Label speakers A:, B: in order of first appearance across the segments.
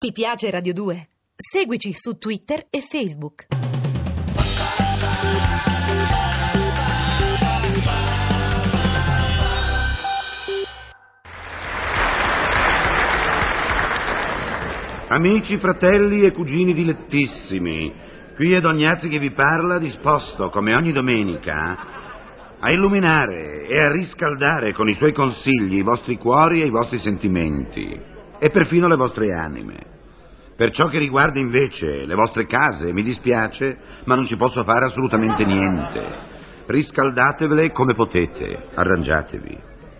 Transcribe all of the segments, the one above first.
A: Ti piace Radio 2? Seguici su Twitter e Facebook.
B: Amici, fratelli e cugini dilettissimi, qui è Don Ignazio che vi parla, disposto, come ogni domenica, a illuminare e a riscaldare con i suoi consigli i vostri cuori e i vostri sentimenti, e perfino le vostre anime. Per ciò che riguarda invece le vostre case, mi dispiace, ma non ci posso fare assolutamente niente. Riscaldatevele come potete, arrangiatevi.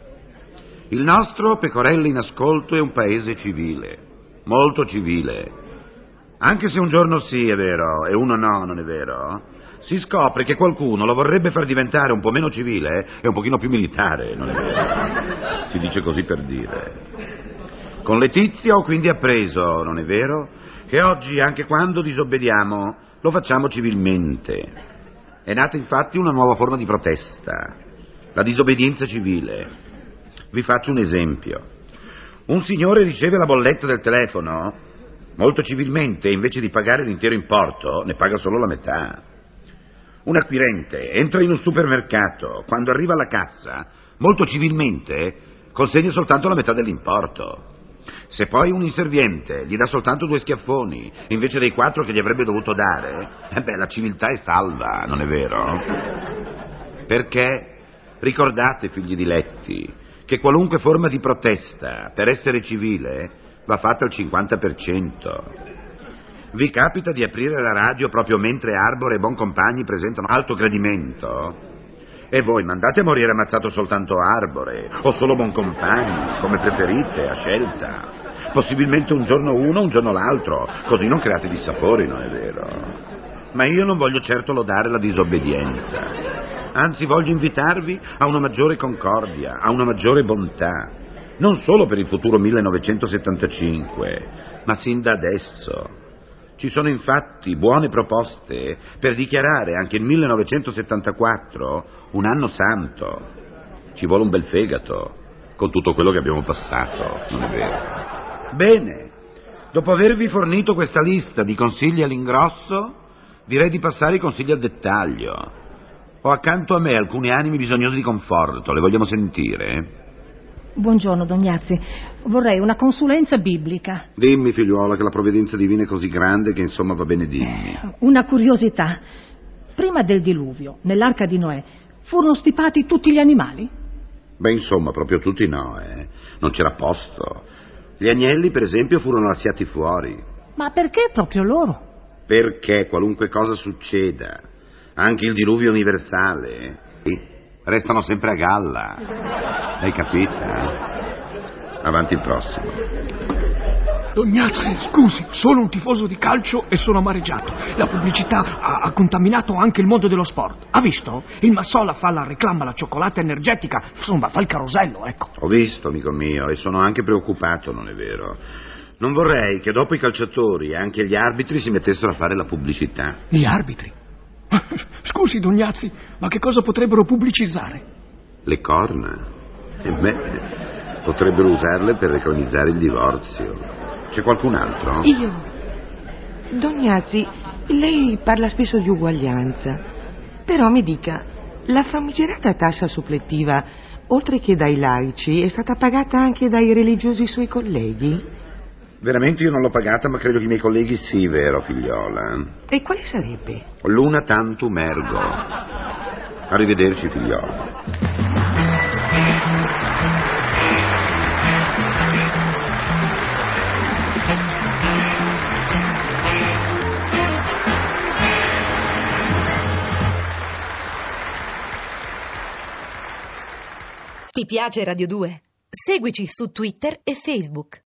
B: Il nostro, Pecorelle in ascolto, è un paese civile, molto civile. Anche se un giorno sì, è vero, e uno no, non è vero, si scopre che qualcuno lo vorrebbe far diventare un po' meno civile e un pochino più militare, non è vero? Si dice così per dire. Con Letizia ho quindi appreso, non è vero, che oggi, anche quando disobbediamo, lo facciamo civilmente. È nata infatti una nuova forma di protesta, la disobbedienza civile. Vi faccio un esempio. Un signore riceve la bolletta del telefono, molto civilmente, invece di pagare l'intero importo, ne paga solo la metà. Un acquirente entra in un supermercato, quando arriva alla cassa, molto civilmente, consegna soltanto la metà dell'importo. Se poi un inserviente gli dà soltanto 2 schiaffoni, invece dei 4 che gli avrebbe dovuto dare, la civiltà è salva, non è vero? Perché, ricordate, figli diletti, che qualunque forma di protesta, per essere civile, va fatta al 50%. Vi capita di aprire la radio proprio mentre Arbore e Boncompagni presentano Alto Gradimento? E voi mandate a morire ammazzato soltanto Arbore, o solo Boncompagni, come preferite, a scelta. Possibilmente un giorno uno, un giorno l'altro, così non create dissapori, non è vero? Ma io non voglio certo lodare la disobbedienza. Anzi, voglio invitarvi a una maggiore concordia, a una maggiore bontà, non solo per il futuro 1975, ma sin da adesso. Ci sono infatti buone proposte per dichiarare anche il 1974 un anno santo. Ci vuole un bel fegato, con tutto quello che abbiamo passato, non è vero? Bene, dopo avervi fornito questa lista di consigli all'ingrosso, direi di passare ai consigli al dettaglio. Ho accanto a me alcuni animi bisognosi di conforto, le vogliamo sentire?
C: Buongiorno, Don Ignazio. Vorrei una consulenza biblica.
B: Dimmi, figliuola, che la provvidenza divina è così grande che insomma va bene, dimmi.
C: Una curiosità. Prima del diluvio, nell'arca di Noè, furono stipati tutti gli animali?
B: Beh, insomma, proprio tutti no, Non c'era posto. Gli agnelli, per esempio, furono lasciati fuori.
C: Ma perché proprio loro?
B: Perché qualunque cosa succeda, anche il diluvio universale, restano sempre a galla. Hai capito? Avanti il prossimo.
D: Don Ignazio, scusi, sono un tifoso di calcio e sono amareggiato. La pubblicità ha contaminato anche il mondo dello sport. Ha visto? Il Massola fa la reclama alla cioccolata energetica, insomma, fa il carosello, ecco.
B: Ho visto, amico mio, e sono anche preoccupato, non è vero? Non vorrei che dopo i calciatori anche gli arbitri si mettessero a fare la pubblicità.
D: Gli arbitri? Scusi, Don Ignazio, ma che cosa potrebbero pubblicizzare?
B: Le corna. Potrebbero usarle per reclamizzare il divorzio. C'è qualcun altro?
E: Io. Don Ignazio, lei parla spesso di uguaglianza. Però mi dica, la famigerata tassa supplettiva, oltre che dai laici, è stata pagata anche dai religiosi suoi colleghi?
B: Veramente io non l'ho pagata, ma credo che i miei colleghi sì, vero, figliola?
E: E quale sarebbe?
B: L'una tantum ergo. Arrivederci, figliola.
A: Ti piace Radio 2? Seguici su Twitter e Facebook.